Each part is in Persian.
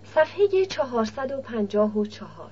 صفحه 454.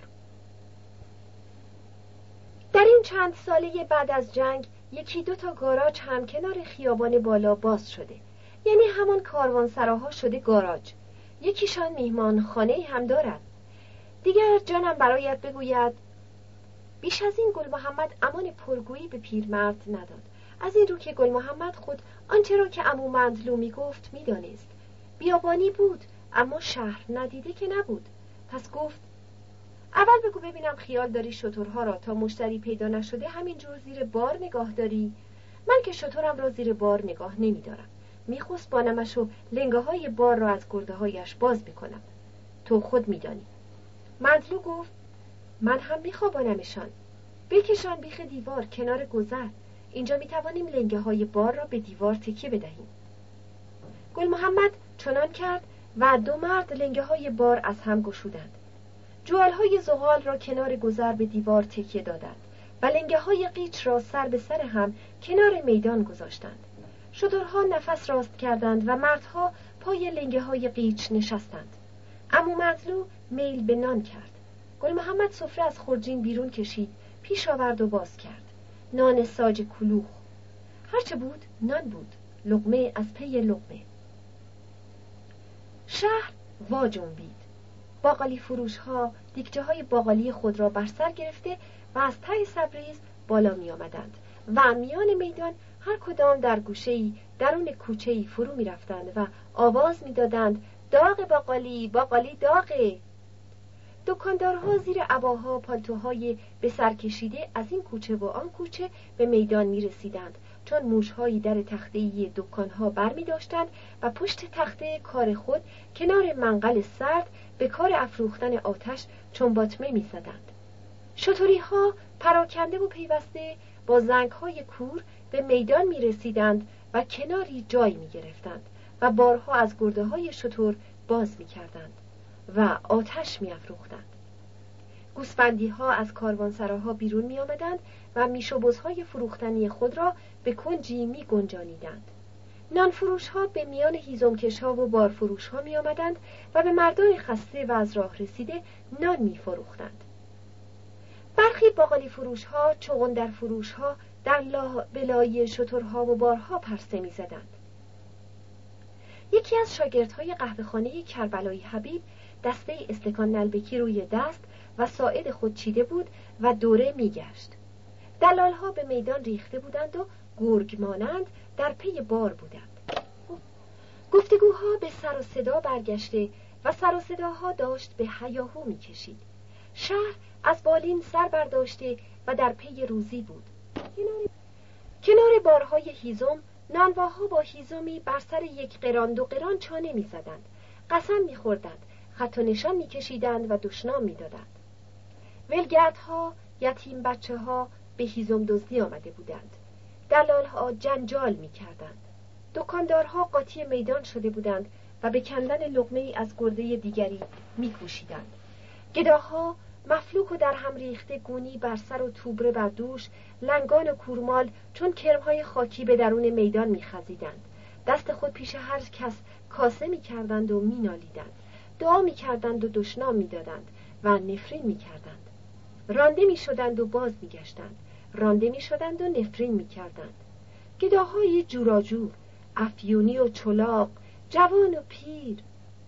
در این چند ساله بعد از جنگ یکی دو تا گاراژ هم کنار خیابان بالا باز شده، یعنی همون کاروانسراها شده گاراژ. یکیشان میهمانخانه هم دارد. دیگر جانم برایت بگوید بیش از این گل محمد امان پرگویی به پیرمرد نداد، از این رو که گل محمد خود آنچه را که عمو مندلو میگفت میدانست. بیابانی بود اما شهر ندیده که نبود. پس گفت اول بگو ببینم خیال داری شترها را تا مشتری پیدا نشده همینجور زیر بار نگاه داری؟ من که شترم را زیر بار نگاه نمیدارم، میخسبانمش و لنگه های بار را از گرده هایش باز میکنم. تو خود میدانی. مندلو گفت من هم میخوابانمشان. بکشان بیخ دیوار کنار گذر، اینجا میتوانیم لنگه های بار را به دیوار تکیه بدهیم. گل محمد چنان کرد و دو مرد لنگه های بار از هم گشودند. جوال های زغال را کنار گذر به دیوار تکیه دادند و لنگه های قیچ را سر به سر هم کنار میدان گذاشتند. شترها نفس راست کردند و مردها پای لنگه های قیچ نشستند. عمو مطلوع میل به نان کرد. گل محمد سفره از خورجین بیرون کشید، پیش آورد و باز کرد. نان ساج کلوخ. هرچه بود نان بود، لقمه از پی لقمه. شهر وا جنبید. باقالی فروش ها دیگچه های باقالی خود را بر سر گرفته و از ته سبریز بالا می آمدند و میان میدان هر کدام در گوشه‌ای درون کوچه‌ای فرو می رفتند و آواز می دادند داغ باقالی، باقالی داغه. دکاندارها زیر عباها پالتوهای به سر کشیده از این کوچه و آن کوچه به میدان می رسیدند، چون موشهایی در تخته‌ای دکانها بر می داشتند و پشت تخته کار خود کنار منقل سرد به کار افروختن آتش چنباتمه می زدند. شتری‌ها پراکنده و پیوسته با زنگ‌های کور به میدان می رسیدند و کناری جای می گرفتند و بارها از گرده‌های شتر باز می کردند و آتش می افروختند. گوسفندی‌ها از کاروانسراها بیرون می آمدند و میشوبزهای فروختنی خود را به کنجی می گنجانیدند. نانفروش‌ها به میان هیزمکش‌ها و بارفروش‌ها می آمدند و به مردان خسته و از راه رسیده نان می فروختند. برخی باقالی فروش‌ها، چغندر فروش‌ها در بلای شترها و بارها پرسه می زدند. یکی از شاگردهای قهوه‌خانه کربلایی حبیب دسته استکان نلبکی روی دست و ساعد خود چیده بود و دوره می گشت. دلالها به میدان ریخته بودند و گرگ مانند در پی بار بودند. گفتگوها به سر و صدا برگشته و سر و صداها داشت به هیاهو می کشید. شهر از بالین سر برداشته و در پی روزی بود. کنار بارهای هیزم نانواها با هیزمی بر سر یک قران دو قران چانه می زدند، قسم می خوردند، خط و نشان می کشیدند و دشنام می دادند. ولگردها، یتیم بچه ها به هیزم دزدی آمده بودند. دلالها جنجال می کردند. دکاندارها قاطی میدان شده بودند و به کندن لقمه ای از گرده دیگری می کوشیدند. گداها مفلوک و در هم ریخته گونی بر سر و توبره بر دوش، لنگان و کورمال چون کرمهای خاکی به درون میدان می خزیدند. دست خود پیش هر کس کاسه می کردند و می نالیدند. دعا می کردند و دشنام می دادند و نفرین می کردند. رانده می شدند و باز می گشتند. رانده می شدند و نفرین می کردند. گداهای جوراجور، افیونی و چلاق، جوان و پیر.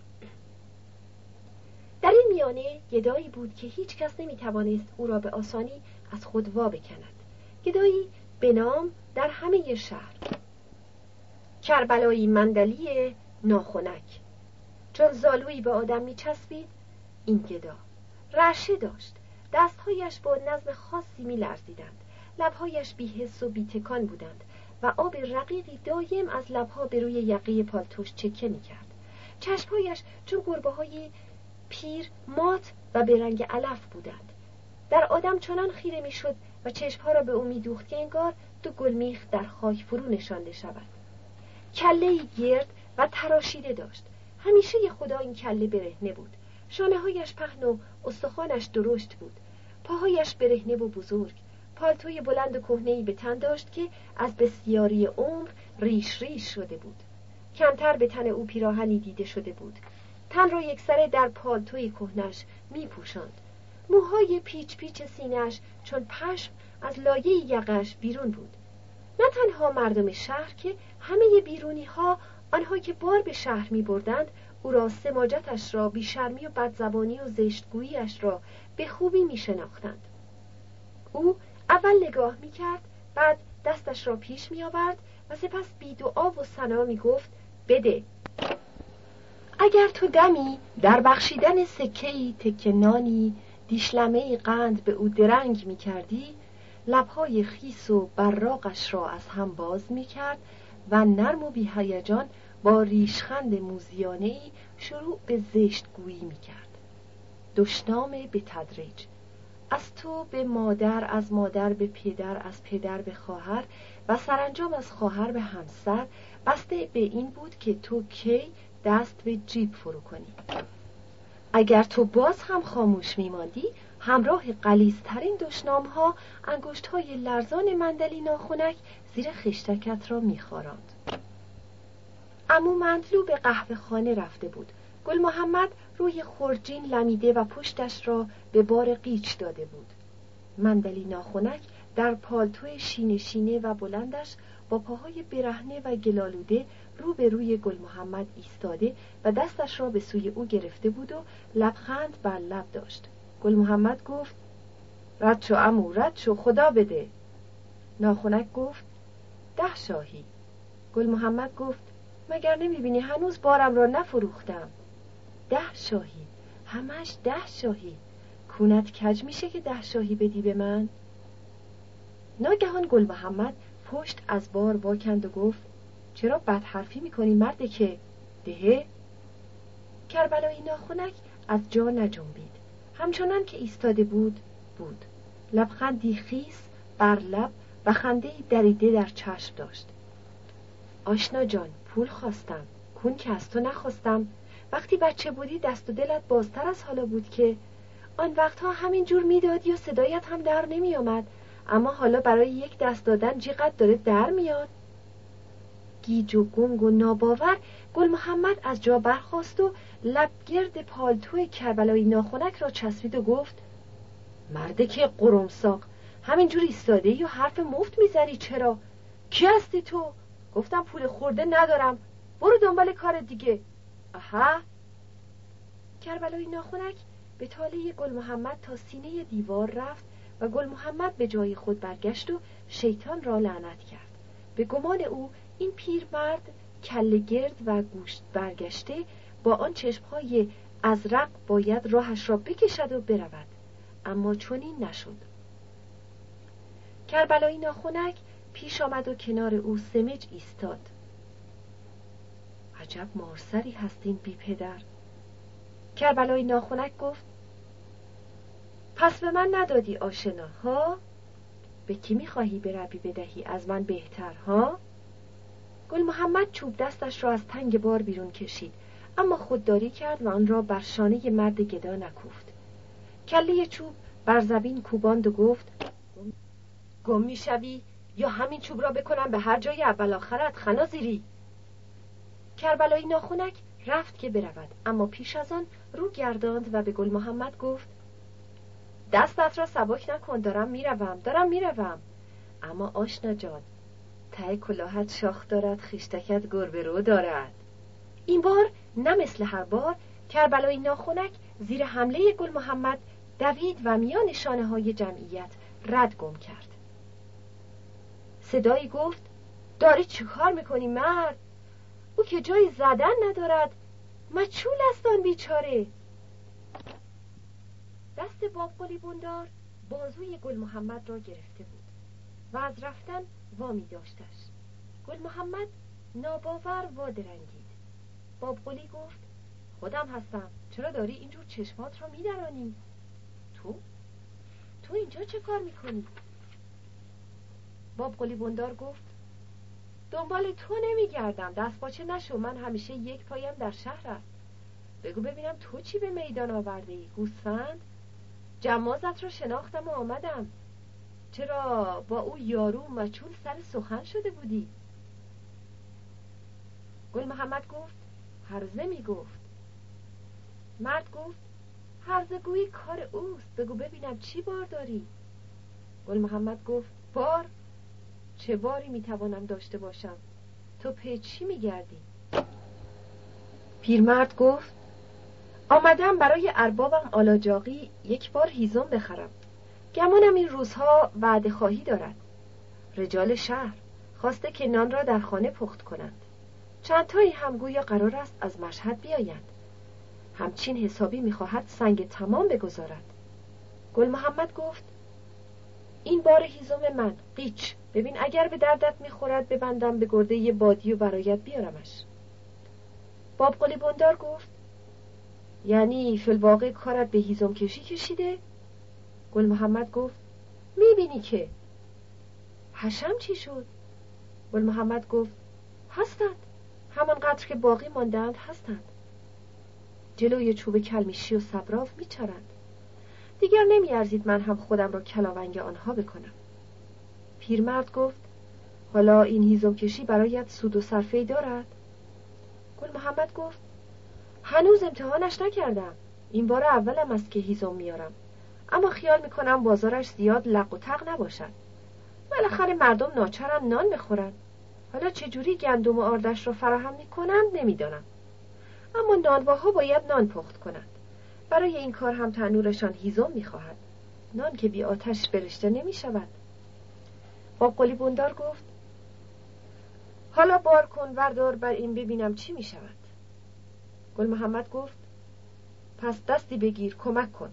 در این میانه گدایی بود که هیچ کس نمی توانست او را به آسانی از خود وا بکند. گدایی به نام در همه شهر، کربلایی مندلی ناخنک. چون زالویی به آدم می چسبید، این گدا رعشه داشت. دستهایش با نظم خاصی می لرزیدند. لبهایش بی حس و بی تکان بودند و آب رقیقی دایم از لبها به روی یقه پالتوش چکه می کرد. چشمهایش چون گربه های پیر مات و به رنگ علف بودند. در آدم چنان خیره می شد و چشمها را به او می دوخت که انگار دو گلمیخ در خاک فرو نشانده شود. کله‌ای گرد و تراشیده داشت. همیشه خدا این کله برهنه بود. شانه‌هایش پهن و استخوانش درشت بود. پاهایش برهنه و بزرگ. پالتوی بلند و کهنه‌ای به تن داشت که از بسیاری عمر ریش ریش شده بود. کمتر به تن او پیراهنی دیده شده بود. تن را یکسره در پالتوی کهنش می پوشاند. موهای پیچ پیچ سینه‌اش چون پشم از لایه یقش بیرون بود. نه تنها مردم شهر که همه بیرونی ها، آنها که بار به شهر می بردند، او را سماجتش را، بیشرمی و بدزبانی و زشتگوییش را به خوبی می شناختند. او اول نگاه می کرد، بعد دستش را پیش می آورد و سپس بی دعا و ثنا می گفت بده. اگر تو دمی در بخشیدن سکه‌ای تکه نانی دیشلمه‌ای قند به او درنگ می کردی، لبهای خیس و براقش را از هم باز می کرد و نرم و بی هیجان با ریشخند موذیانه‌ای شروع به زشتگویی می کرد. دشنام به تدریج، از تو به مادر، از مادر به پدر، از پدر به خواهر و سرانجام از خواهر به همسر، بسته به این بود که تو کی دست به جیب فرو کنی. اگر تو باز هم خاموش میماندی، همراه غلیظترین دشنام‌ها انگشت‌های لرزان مندلی ناخنک زیر خشتکت را می‌خاراند. عمو مندلو به قهوه خانه رفته بود. گل محمد روی خرجین لمیده و پشتش را به بار قیچ داده بود. مندلی ناخنک در پالتو شینه شینه و بلندش با پاهای برهنه و گلالوده رو به روی گل محمد ایستاده و دستش را به سوی او گرفته بود و لبخند بر لب داشت. گل محمد گفت رد شو عمو، رد شو، خدا بده. ناخنک گفت 10 شاهی. گل محمد گفت مگر نمیبینی هنوز بارم را نفروختم؟ 10 شاهی، همش 10 شاهی. کونت کج میشه که 10 شاهی بدی به من؟ ناگهان گل محمد پشت از بار واکند و گفت چرا بد حرفی میکنی مرده که دهه؟ کربلایی ناخنک از جا نجنبید. همچنان که ایستاده بود لبخندی خیس بر لب و خنده‌ای دریده در چشم داشت. آشنا جان، پول خواستم، کون که از تو نخواستم. وقتی بچه بودی دست و دلت بازتر از حالا بود که آن وقتها همین جور میدادی و صدایت هم در نمی آمد، اما حالا برای یک دست دادن جیغت داره در میاد. گیج و گنگ و ناباور گل محمد از جا برخاست و لبگرد پالتوی کربلایی ناخنک را چسبید و گفت مرده که قرمساق، همینجور ایستاده ای و حرف مفت میزنی چرا؟ کی هستی تو؟ گفتم پول خورده ندارم، برو دنبال کار دیگه. آها. کربلایی ناخنک به تاله گل محمد تا سینه دیوار رفت و گل محمد به جای خود برگشت و شیطان را لعنت کرد. به گمان او این پیرمرد کله گرد و گوشت برگشته با آن چشمهای ازرق باید راهش را بکشد و برود، اما چنین نشد. کربلایی ناخنک پیش آمد و کنار او سمج ایستاد. عجب مارسری هستین بی پدر. کربلایی ناخنک گفت پس به من ندادی آشنا ها؟ به کی میخواهی بروی بدهی از من بهتر ها؟ گل محمد چوب دستش را از تنگ بار بیرون کشید، اما خودداری کرد و آن را بر شانه مرد گدا نکوفت. کله چوب بر زمین کوباند و گفت گم میشوی یا همین چوب را بکنم به هر جای اول آخرت خنازیری. کربلایی ناخنک رفت که برود، اما پیش از آن رو گرداند و به گل محمد گفت دستت را سبک نکن، دارم میروم. اما آشنا جان، ته کلاهت شاخ دارد، خیشتکت گربه رو دارد. این بار نه مثل هر بار کربلایی ناخنک زیر حمله گل محمد دوید و میان شانه های جمعیت رد گم کرد. صدایی گفت داری چی کار میکنی مرد؟ او که جایی زدن ندارد، مچول است آن بیچاره. دست بابقلی بندار بازوی گل محمد را گرفته بود و از رفتن وامی داشتش. گل محمد ناباور وادرنگید. بابقلی گفت خودم هستم، چرا داری اینجور چشمات را میدرانی؟ تو اینجا چه کار میکنی؟ بابقلی بندار گفت دنبال تو نمیگردم، دست باچه نشو، من همیشه یک پایم در شهر است. بگو ببینم تو چی به میدان آورده ای؟ گوسفند؟ جمازت را شناختم و آمدم. چرا با او یارو مچول سر سخن شده بودی؟ گل محمد گفت هرزه میگفت. مرد گفت هرزگویی کار اوست، بگو ببینم چی بار داری؟ گل محمد گفت بار؟ چه باری میتوانم داشته باشم؟ تو پی چی میگردی؟ پیرمرد گفت آمدم برای اربابم آلاجاقی یک بار هیزم بخرم. گمانم این روزها وعده خواهی دارد. رجال شهر خواسته که نان را در خانه پخت کنند. چند تایی هم گویا قرار است از مشهد بیایند. همچین حسابی میخواهد سنگ تمام بگذارد. گل محمد گفت این بار هیزم من قیچ، ببین اگر به دردت میخورد ببندم به گرده یه بادی و برایت بیارمش. باب قلی بندار گفت یعنی فی الواقع کارت به هیزم کشی کشیده؟ گل محمد گفت میبینی که. حشم چی شد؟ گل محمد گفت هستند، همانقدر که باقی ماندند هستند. جلوی چوب کلمیشی و صبراف میچرند. دیگر نمیارزید من هم خودم را کلاونگ آنها بکنم. پیرمرد گفت حالا این هیزم کشی برایت سود و صرفه‌ای دارد؟ گل محمد گفت هنوز امتحانش نکردم، این بار اولم است که هیزم میارم، اما خیال میکنم بازارش زیاد لق و تق نباشد. بالاخره مردم ناچارن نان بخورن. حالا چجوری گندم و آردش را فراهم میکنند نمیدانم، اما نانواها باید نان پخت کنند. برای این کار هم تنورشان هیزم میخواهد. نان که بی آتش برشته نمیشود. باب قلی بندار گفت حالا بار کن وردار بر این ببینم چی میشود. گل محمد گفت پس دستی بگیر کمک کن.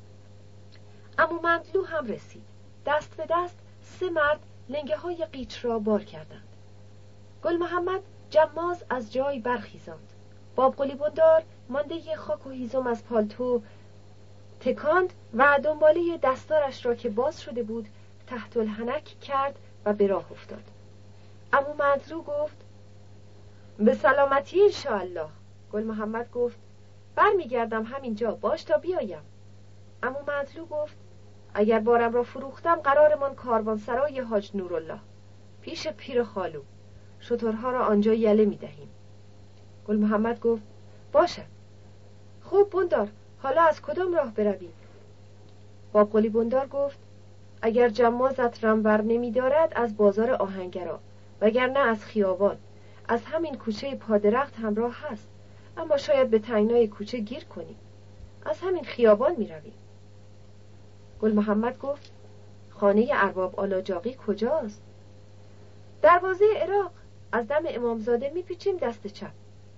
عمو مندلو هم رسید. دست به دست 3 مرد لنگه های قیچ را بار کردند. گل محمد جماز از جای برخیزاند. باب قلی بندار مانده خاک و هیزم از پالتو تکاند و دنباله دستارش را که باز شده بود تحت الحنک کرد و به راه افتاد. عمو مندلو گفت به سلامتی انشاءالله. گل محمد گفت برمیگردم همینجا، باش تا بیایم. عمو مندلو گفت اگر بارم را فروختم قرارمان کاروانسرای حاج نورالله پیش پیر خالو، شترها را آنجا یله می‌دهیم. گل محمد گفت باشه. خوب بندار، حالا از کدام راه برویم؟ باب قلی بندار گفت اگر جمازت رمور نمی‌دارد از بازار آهنگرا، وگرنه از خیابان. از همین کوچه پادرخت همراه هست، اما شاید به تنگنای کوچه گیر کنیم. از همین خیابان می‌رویم. گل محمد گفت خانه ارباب آلاجاقی کجاست؟ دروازه عراق، از دم امامزاده میپیچیم دست چپ.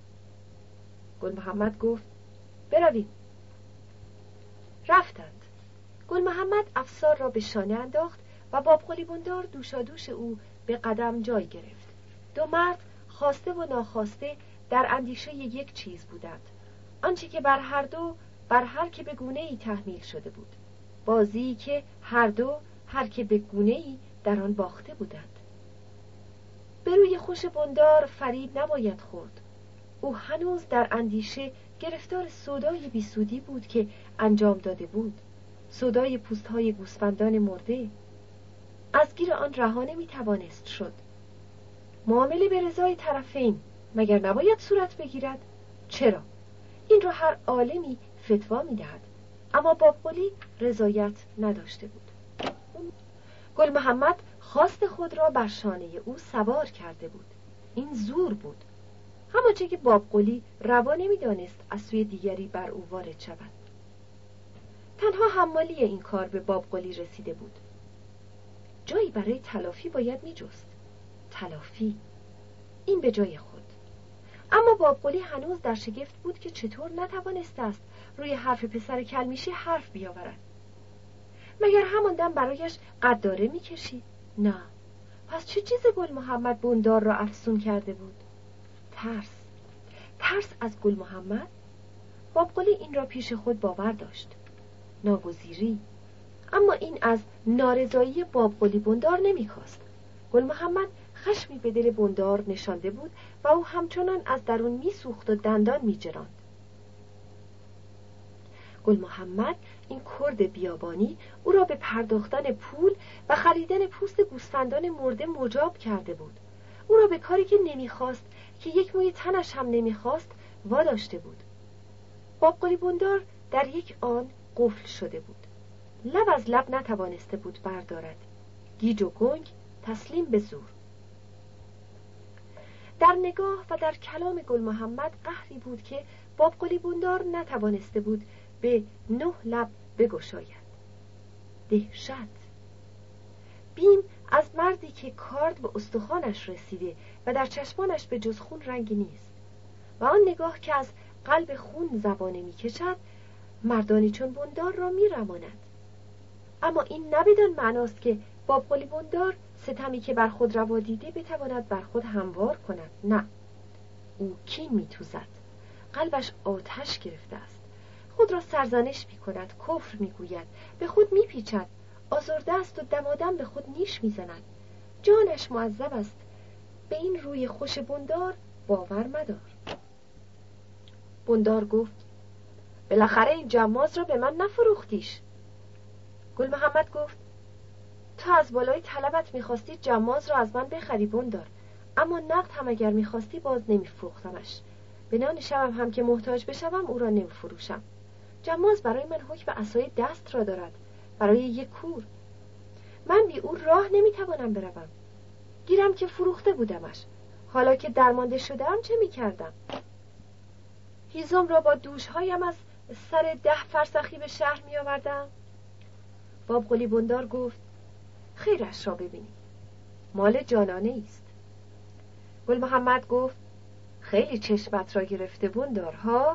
گل محمد گفت برویم. رفتند. گل محمد افسار را به شانه انداخت و باب قلی بندار دوشادوش او به قدم جای گرفت. 2 مرد خواسته و ناخواسته در اندیشه یک چیز بودند، آنچه که بر هر که به گونه‌ای تحمیل شده بود، بازی که هر که به گونه‌ای در آن باخته بودند. به روی خوش بندار فریب نباید خورد. او هنوز در اندیشه گرفتار سودای بیسودی بود که انجام داده بود، سودای پوست‌های گوسفندان مرده. از گیر آن رها نمی‌توانست شد. معامله به رضای طرفین مگر نباید صورت بگیرد؟ چرا؟ این را هر عالمی فتوا می‌دهد، اما باب قلی رضایت نداشته بود. گل محمد خواست خود را بر شانه او سوار کرده بود. این زور بود، همانچه که باب قلی روا نمی‌دانست از سوی دیگری بر او وارد شود. تنها حمالی این کار به باب قلی رسیده بود. جایی برای تلافی باید می‌جست. تلافی، این به جای خود. اما باب قلی هنوز در شگفت بود که چطور نتوانسته است روی حرف پسر کلمیشی حرف بیاورد. مگر همان دم برایش قداره می‌کشید؟ نه. پس چه چیز گل محمد بندار را افسون کرده بود؟ ترس از گل محمد؟ باب قلی این را پیش خود باور داشت. ناگزیری. اما این از نارضایی باب قلی بندار نمی‌کاست. گل محمد خشمی به دل بندار نشانده بود و او همچنان از درون میسوخت و دندان میجراند. گل محمد این کرد بیابانی او را به پرداختن پول و خریدن پوست گوسفندان مرده مجاب کرده بود. او را به کاری که نمیخواست، که یک موی تنش هم نمیخواست، واداشته بود. بابقلی بندار در یک آن قفل شده بود. لب از لب نتوانسته بود بردارد. گیج و گنگ تسلیم به زور. در نگاه و در کلام گل محمد قهری بود که بابقلی بندار نتوانسته بود به 9 لب بگشاید. دهشت، بیم از مردی که کارد به استخوانش رسیده و در چشمانش به جز خون رنگی نیست و آن نگاه که از قلب خون زبانه می کشد مردانی چون بندار را می رماند. اما این نه بدان معناست که بابقلی بندار ستمی که بر خود روا دیده بتواند بر خود هموار کند. نه، او کین می توزد. قلبش آتش گرفته است. خود را سرزنش می کند، کفر می گوید، به خود می پیچد، آزرده است و دمادم به خود نیش می زند. جانش معذب است. به این روی خوش بندار باور مدار. بندار گفت: بالاخره این جماز را به من نفروختیش. گل محمد گفت: تا از بالای طلبت می‌خواستی جماز را از من بخری بندار، اما نقد هم اگر می‌خواستی باز نمی‌فروختمش. به نان شبم هم که محتاج بشوم او را نمی‌فروشم. جماز برای من حکم عصای دست را دارد، برای یک کور. من بی او راه نمی‌توانم بروم. گیرم که فروخته بودمش. حالا که درمانده شدم چه می‌کردم؟ هیزم را با دوش‌هایم از سر 10 فرسخی به شهر می‌آوردم. بابقلی بندار گفت: خیرش را ببینی، مال جانانه است. گل محمد گفت: خیلی چشمت را گرفته بندارها.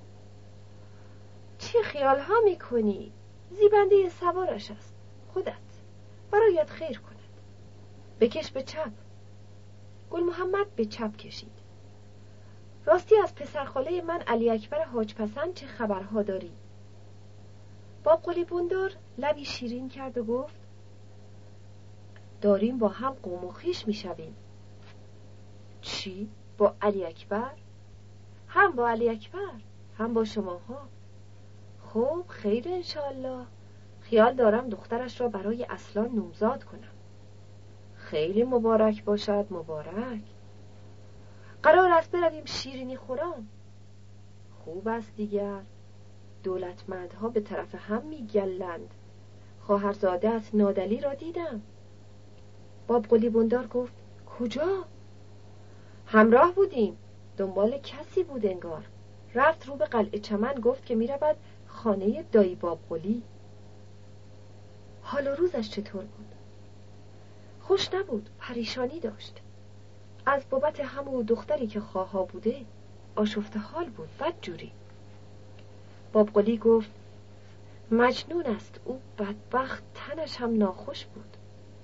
چه خیال ها میکنی؟ زیبنده سوارش است، خودت، برایت خیر کند. بکش به چپ. گل محمد به چپ کشید. راستی از پسرخاله من علی اکبر حاج پسند چه خبرها داری؟ بابقلی بندار لبی شیرین کرد و گفت: داریم با هم قوم و خویش میشویم. چی؟ با علی اکبر؟ هم با علی اکبر هم با شماها. خب خیر انشالله. خیال دارم دخترش را برای اصلان نومزاد کنم. خیلی مبارک باشد، مبارک. قرار است برویم شیرینی خوران. خوب است دیگر. دولتمندها به طرف هم میگلند. خواهرزادت نادلی را دیدم. بابقلی بندار گفت: کجا؟ همراه بودیم، دنبال کسی بود انگار. رفت رو به قلعه چمن، گفت که میرود خانه دایی بابقلی. حال و روزش چطور بود؟ خوش نبود، پریشانی داشت. از بابت همون دختری که خواها بوده آشفته حال بود، بدجوری. بابقلی گفت: مجنون است او، بدبخت، تنش هم ناخوش بود.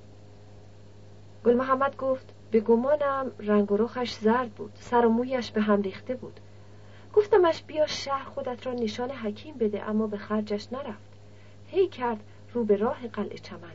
گل محمد گفت: به گمانم رنگ و رخش زرد بود، سر و مویش به هم ریخته بود. گفتمش بیا شهر خودت را نشان حکیم بده، اما به خرجش نرفت. هی کرد رو به راه قلعه چمن.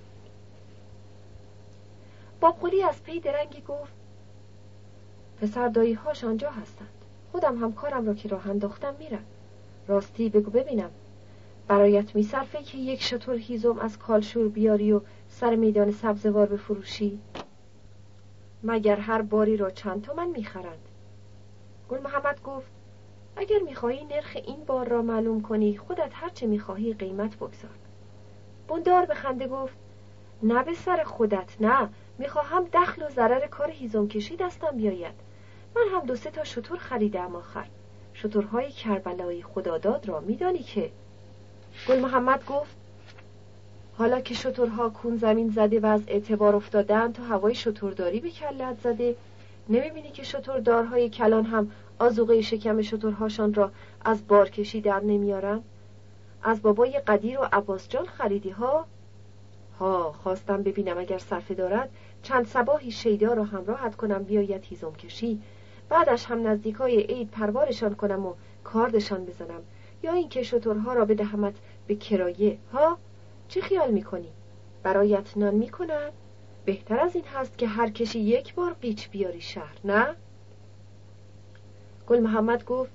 بابقلی از پی درنگی گفت: پسر دایی هاش آنجا هستند. خودم هم کارم را که راه انداختم میرم. راستی بگو ببینم، برایت میصرفه که یک شتر هیزم از کالشور بیاری و سر میدان سبزوار بفروشی؟ مگر هر باری را چند تومن میخرند؟ گل محمد گفت: اگر میخواهی نرخ این بار را معلوم کنی، خودت هر چه میخواهی قیمت بگذار. بندار به خنده گفت: نه به سر خودت، نه، میخواهم دخل و ضرر کار هیزم کشی دستم بیاید. من هم 2-3 تا شتر خریدم آخر، شترهای کربلایی خداداد را میدانی که. گل محمد گفت: حالا که شترها کون زمین زده و از اعتبار افتادن، تا هوای شترداری به کلت زده، نمیبینی که شتردارهای کلان هم آذوقه شکم شترهاشان را از بار کشی در نمیارن؟ از بابای قدیر و عباس جان خریدی ها؟ خواستم ببینم اگر صرفه دارد چند صباحی شیدا را همراهت کنم بیاید هیزم کشی، بعدش هم نزدیکای عید پروارشان کنم و کاردشان بزنم، یا اینکه شترها را بدهمت به کرایه. چه خیال میکنی؟ برایت نان میکنن؟ بهتر از این هست که هر کشی یک بار قیچ بیاری شهر، نه؟ گل محمد گفت: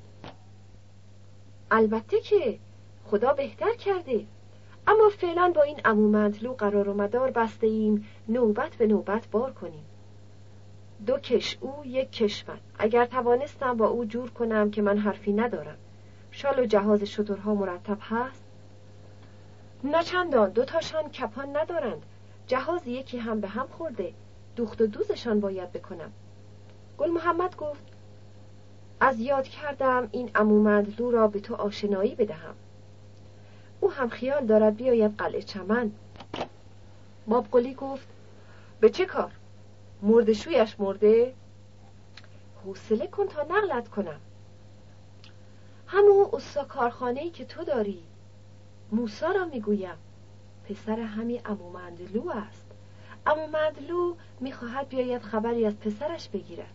البته که خدا بهتر کرده، اما فعلا با این عمومندلو قرار و مدار بسته ایم نوبت به نوبت بار کنیم. 2 کش او 1 کش من. اگر توانستم با او جور کنم که من حرفی ندارم، شال و جهاز شترها مرتب هست؟ نه چندان، 2 تاشان کپان ندارند. جهاز یکی هم به هم خورده. دوخت و دوزشان باید بکنم. گل محمد گفت از یاد کردم این عمومندلو را به تو آشنایی بدهم. او هم خیال دارد بیاید قلعه چمن. بابقلی گفت به چه کار؟ مردشویش مرده؟ حوصله کن تا نقلت کنم. همون استا کارخانه‌ای که تو داری. موسی را میگویم، پسر همین عمومندلو است. عمومندلو میخواهد بیاید خبری از پسرش بگیرد.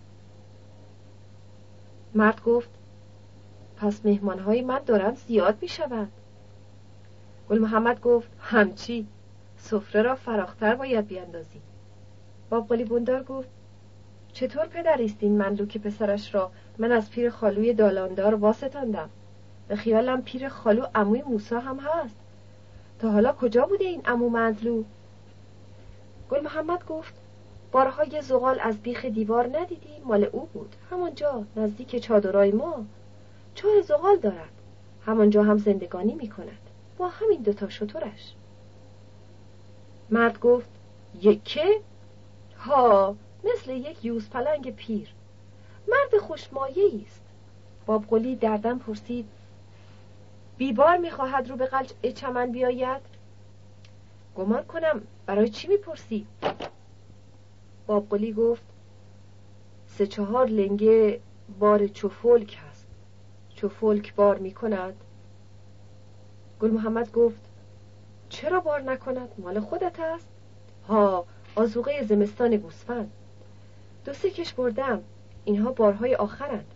مرد گفت پس مهمانهای من دارند زیاد میشوند. گل محمد گفت همچی، سفره را فراختر باید بیاندازی. بابقلی بندار گفت چطور پدریست این مملوک پسرش را من از پیر خالوی دالاندار واسطاندم؟ به خیالم پیر خالو عموی موسی هم هست. تا حالا کجا بوده این عمومندلو؟ گل محمد گفت بارها یه زغال از بیخ دیوار ندیدی؟ مال او بود، همانجا نزدیک چادرای ما. چاه زغال دارد، همانجا هم زندگانی میکند با همین 2 تا شترش. مرد گفت یکه؟ ها، مثل یک یوز پلنگ پیر. مرد خوشمایه‌ای است. بابقلی دردم پرسید بیبار میخواهد رو به قلعه چمن بیاید؟ گمان کنم برای چی میپرسی؟ بابقلی گفت 3-4 لنگه بار چوفلک هست. چوفلک بار میکند؟ گل محمد گفت چرا بار نکند؟ مال خودت است. ها، آذوقه زمستان گوسفند. 2-3 کش بردم، اینها بارهای آخرند.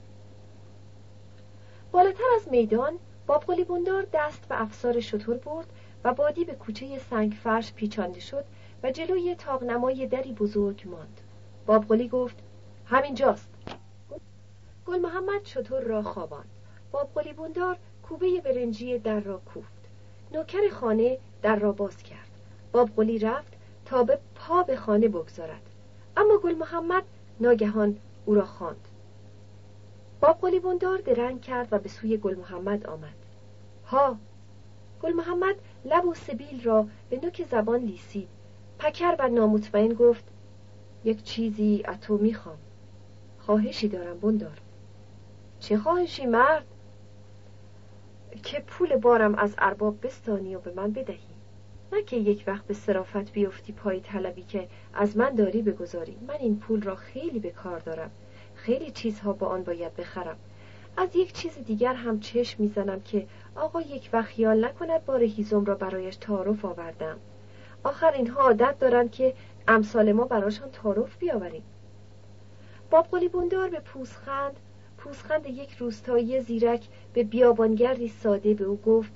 بالاتر از میدان بابقلی بندار دست به افسار شتر برد و بادی به کوچه سنگ فرش پیچانده شد و جلوی طاقنمای دری بزرگ ماند. بابقلی گفت همینجاست. گل محمد شتر را خواباند. بابقلی بندار کوبه برنجی در را کوفت. نوکر خانه در را باز کرد. بابقلی رفت تا به پا به خانه بگذارد، اما گل محمد ناگهان او را خواند. بابقلی بندار درنگ کرد و به سوی گل محمد آمد. ها! گل محمد لب و سبیل را به نوک زبان لیسید. پکر و نامطمئن گفت یک چیزی از تو میخوام. خواهشی دارم بندار. چه خواهشی مرد؟ که پول بارم از ارباب بستانی و به من بدهی، نه که یک وقت به صرافت بیفتی پای طلبی که از من داری بگذاری. من این پول را خیلی به کار دارم، خیلی چیزها با آن باید بخرم. از یک چیز دیگر هم چشم میزنم که آقا یک وقت خیال نکند بار هیزم را برایش تعارف آوردم. آخر اینها عادت دارند که امثال ما براشان تعارف بیاوریم. بابقلی بندار به پوزخند یک روستایی زیرک به بیابانگردی ساده به او گفت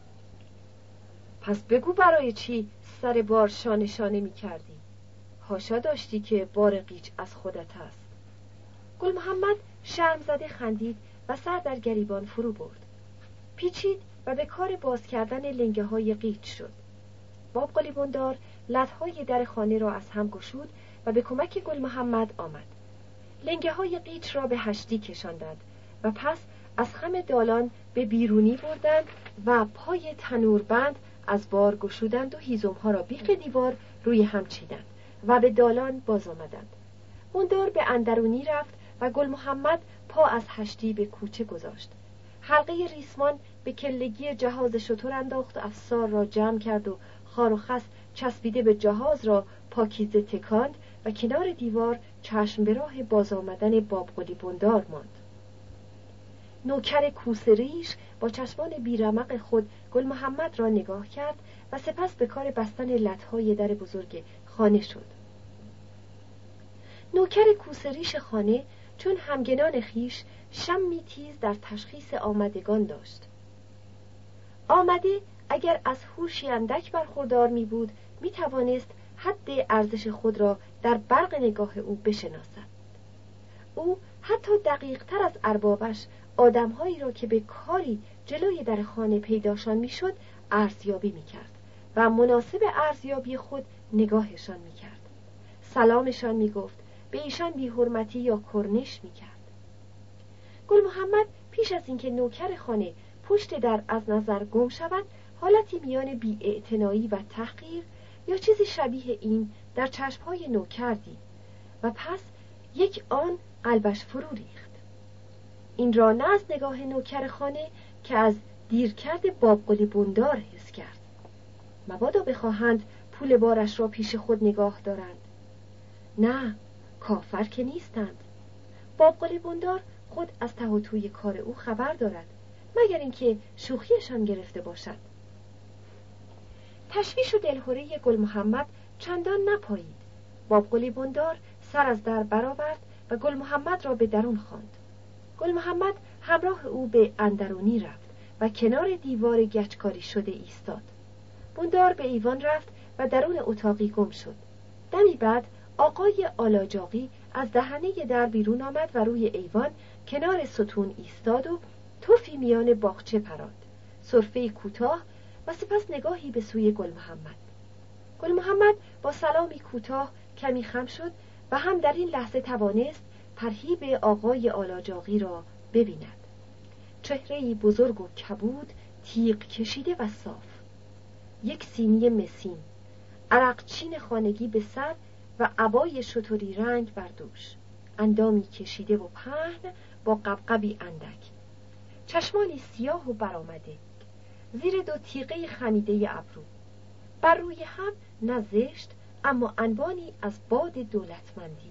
پس بگو برای چی سر بار شانه شانه می کردی؟ حاشا داشتی که بار قیچ از خودت است. گل محمد شرم زده خندید و سر در گریبان فرو برد. پیچید و به کار باز کردن لنگه های قیچ شد. بابقلی بندار لطهای در خانه را از هم گشود و به کمک گل محمد آمد. لنگه های قیچ را به هشتی کشاندند و پس از خم دالان به بیرونی بردند و پای تنوربند از بار گشودند و هیزم‌ها را بیخ دیوار روی هم چیدند و به دالان باز آمدند. بندار به اندرونی رفت و گل محمد پا از هشتی به کوچه گذاشت. حلقه ریسمان به کلگی جهاز شتر انداخت و افسار را جمع کرد و خار و خس چسبیده به جهاز را پاکیزه تکاند و کنار دیوار چشم به راه باز آمدن بابقلی بندار ماند. نوکر کوسریش با چشمان بیرمق خود گل محمد را نگاه کرد و سپس به کار بستن لطهای در بزرگ خانه شد. نوکر کوسریش خانه چون همگنان خیش شمی تیز در تشخیص آمدگان داشت. آمده اگر از هوشی اندک برخوردار می بود می توانست حد ارزش خود را در برق نگاه او بشناسد. او حتی دقیق تر از اربابش آدمهایی را که به کاری جلوی در خانه پیداشان می شد ارزیابی می کرد و مناسب ارزیابی خود نگاهشان می کرد. سلامشان می گفت، به ایشان بی حرمتی یا کرنش می کرد. گل محمد پیش از اینکه نوکر خانه پشت در از نظر گم شود، حالتی میان بی‌اعتنایی و تحقیر یا چیزی شبیه این در چشمهای نوکر دید و پس یک آن قلبش فرو ریخت. این را نه از نگاه نوکر خانه که از دیرکرد بابقلی بندار حس کرد. مبادا بخواهند پول بارش را پیش خود نگاه دارند. نه، کافر که نیستند. بابقلی بندار خود از ته و توی کار او خبر دارد، مگر اینکه شوخیشان گرفته باشد. تشویش و دلهوره گل محمد چندان نپایید. بابقلی بندار سر از در برآورد و گل محمد را به درون خواند. گل محمد همراه او به اندرونی رفت و کنار دیوار گچکاری شده ایستاد. بندار به ایوان رفت و درون اتاقی گم شد. دمی بعد آقای آلاجاقی از دهنه در بیرون آمد و روی ایوان کنار ستون ایستاد و توفی میان باغچه پراند، سرفه کوتاه و سپس نگاهی به سوی گل محمد. گل محمد با سلامی کوتاه کمی خم شد و هم در این لحظه توانست ترهیب آقای آلاجاقی را ببیند. چهره‌ای بزرگ و کبود، تیغ کشیده و صاف، یک سینی مسین، عرقچین خانگی به سر و عبای شتری رنگ بر دوش، اندامی کشیده و پهن با قبقبی اندک، چشمانی سیاه و برآمده، زیر دو تیغه خمیده ابرو، بر روی هم نه زشت اما انبانی از باد دولتمندی.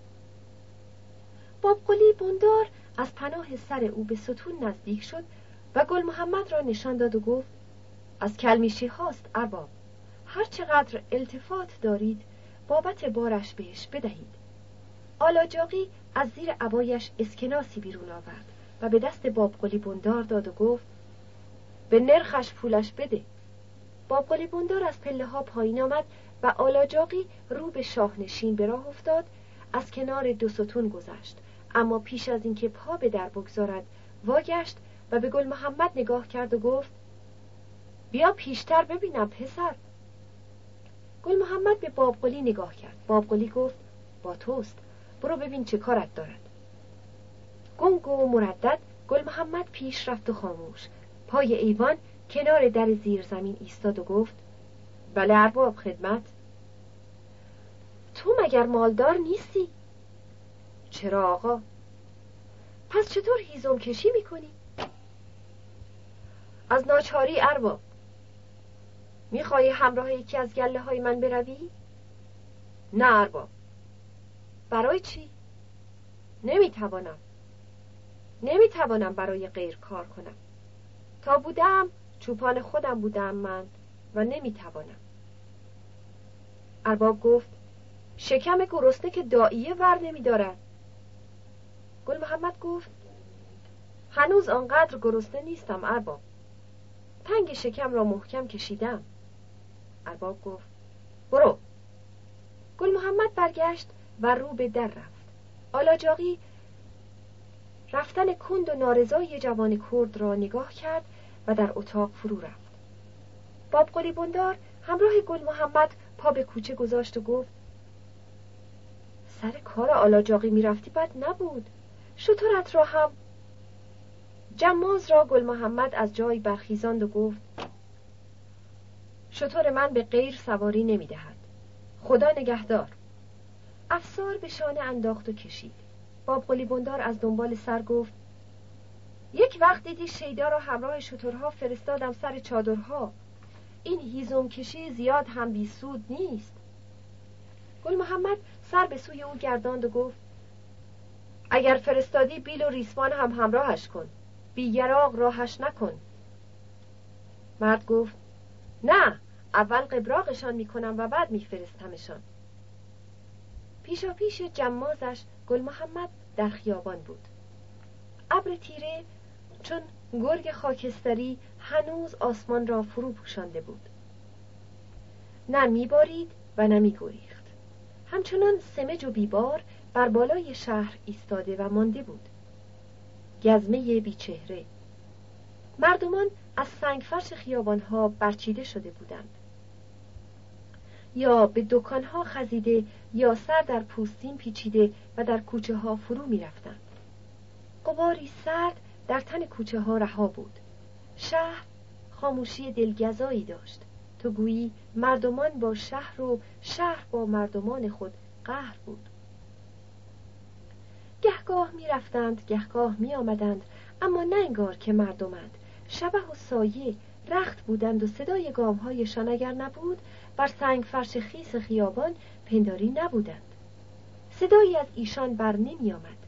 بابقلی بندار از پناه سر او به ستون نزدیک شد و گل محمد را نشان داد و گفت: از کلمیشی هاست ارباب، هر چقدر التفات دارید بابت بارش بهش بدهید. آلاجاقی از زیر عبایش اسکناسی بیرون آورد و به دست بابقلی بندار داد و گفت: به نرخش پولش بده. بابقلی بندار از پله ها پایین آمد و آلاجاقی رو به شاهنشین به راه افتاد. از کنار دو ستون گذشت، اما پیش از اینکه پا به در بگذارد واگشت و به گل محمد نگاه کرد و گفت: بیا پیشتر ببینم پسر. گل محمد به بابقلی نگاه کرد. بابقلی گفت: با توست، برو ببین چه کارت دارد. گنگ و مردد گل محمد پیش رفت و خاموش پای ایوان کنار در زیر زمین ایستاد و گفت: بله ارباب، خدمت. تو مگر مالدار نیستی؟ چرا آقا؟ پس چطور هیزم کشی میکنی؟ از ناچاری ارباب. میخواهی همراه یکی از گله های من بروی؟ نه ارباب. برای چی؟ نمیتوانم برای غیر کار کنم. تا بودم چوپان خودم بودم من و نمیتوانم. ارباب گفت: شکم گرسنه که داییه ور نمیدارد. گل محمد گفت: هنوز آنقدر گرسنه نیستم ارباب، تنگ شکم را محکم کشیدم. ارباب گفت: برو. گل محمد برگشت و رو به در رفت. آلاجاقی رفتن کند و نارضای جوان کرد را نگاه کرد و در اتاق فرو رفت. بابقلی بندار همراه گل محمد پا به کوچه گذاشت و گفت: سر کار آلاجاقی میرفتی بد نبود، شترت را هم. جماز را گل محمد از جای برخیزاند و گفت: شتر من به غیر سواری نمیدهد، خدا نگهدار. افسار به شانه انداخت و کشید. بابقلی بندار از دنبال سر گفت: یک وقت دیدی شیدا را همراه شترها فرستادم سر چادرها. این هیزم کشی زیاد هم بی سود نیست. گل محمد سر به سوی او گرداند و گفت: اگر فرستادی بیل و ریسمان هم همراهش کن، بی یراق راهش نکن. مرد گفت: نه، اول قبراقشان میکنم و بعد میفرستمشان. پیشا پیش جمازش گل محمد در خیابان بود. ابر تیره چون گرگ خاکستری هنوز آسمان را فرو پوشانده بود. نه میبارید و نه میگریخت. همچنان سمج و بیبار بر بالای شهر ایستاده و مانده بود. گزمه بیچهره. مردمان از سنگفرش خیابانها برچیده شده بودند، یا به دکانها خزیده یا سر در پوستین پیچیده و در کوچه ها فرو می رفتند. غباری سرد در تن کوچه ها رها بود. شهر خاموشی دلگزایی داشت، تو گویی مردمان با شهر و شهر با مردمان خود قهر بود. گهگاه می رفتند، گهگاه می آمدند، اما نه انگار که مردمند. شبح و سایه رخت بودند و صدای گامهایشان اگر نبود بر سنگ فرش خیس خیابان پنداری نبودند. صدایی از ایشان بر نمی آمد.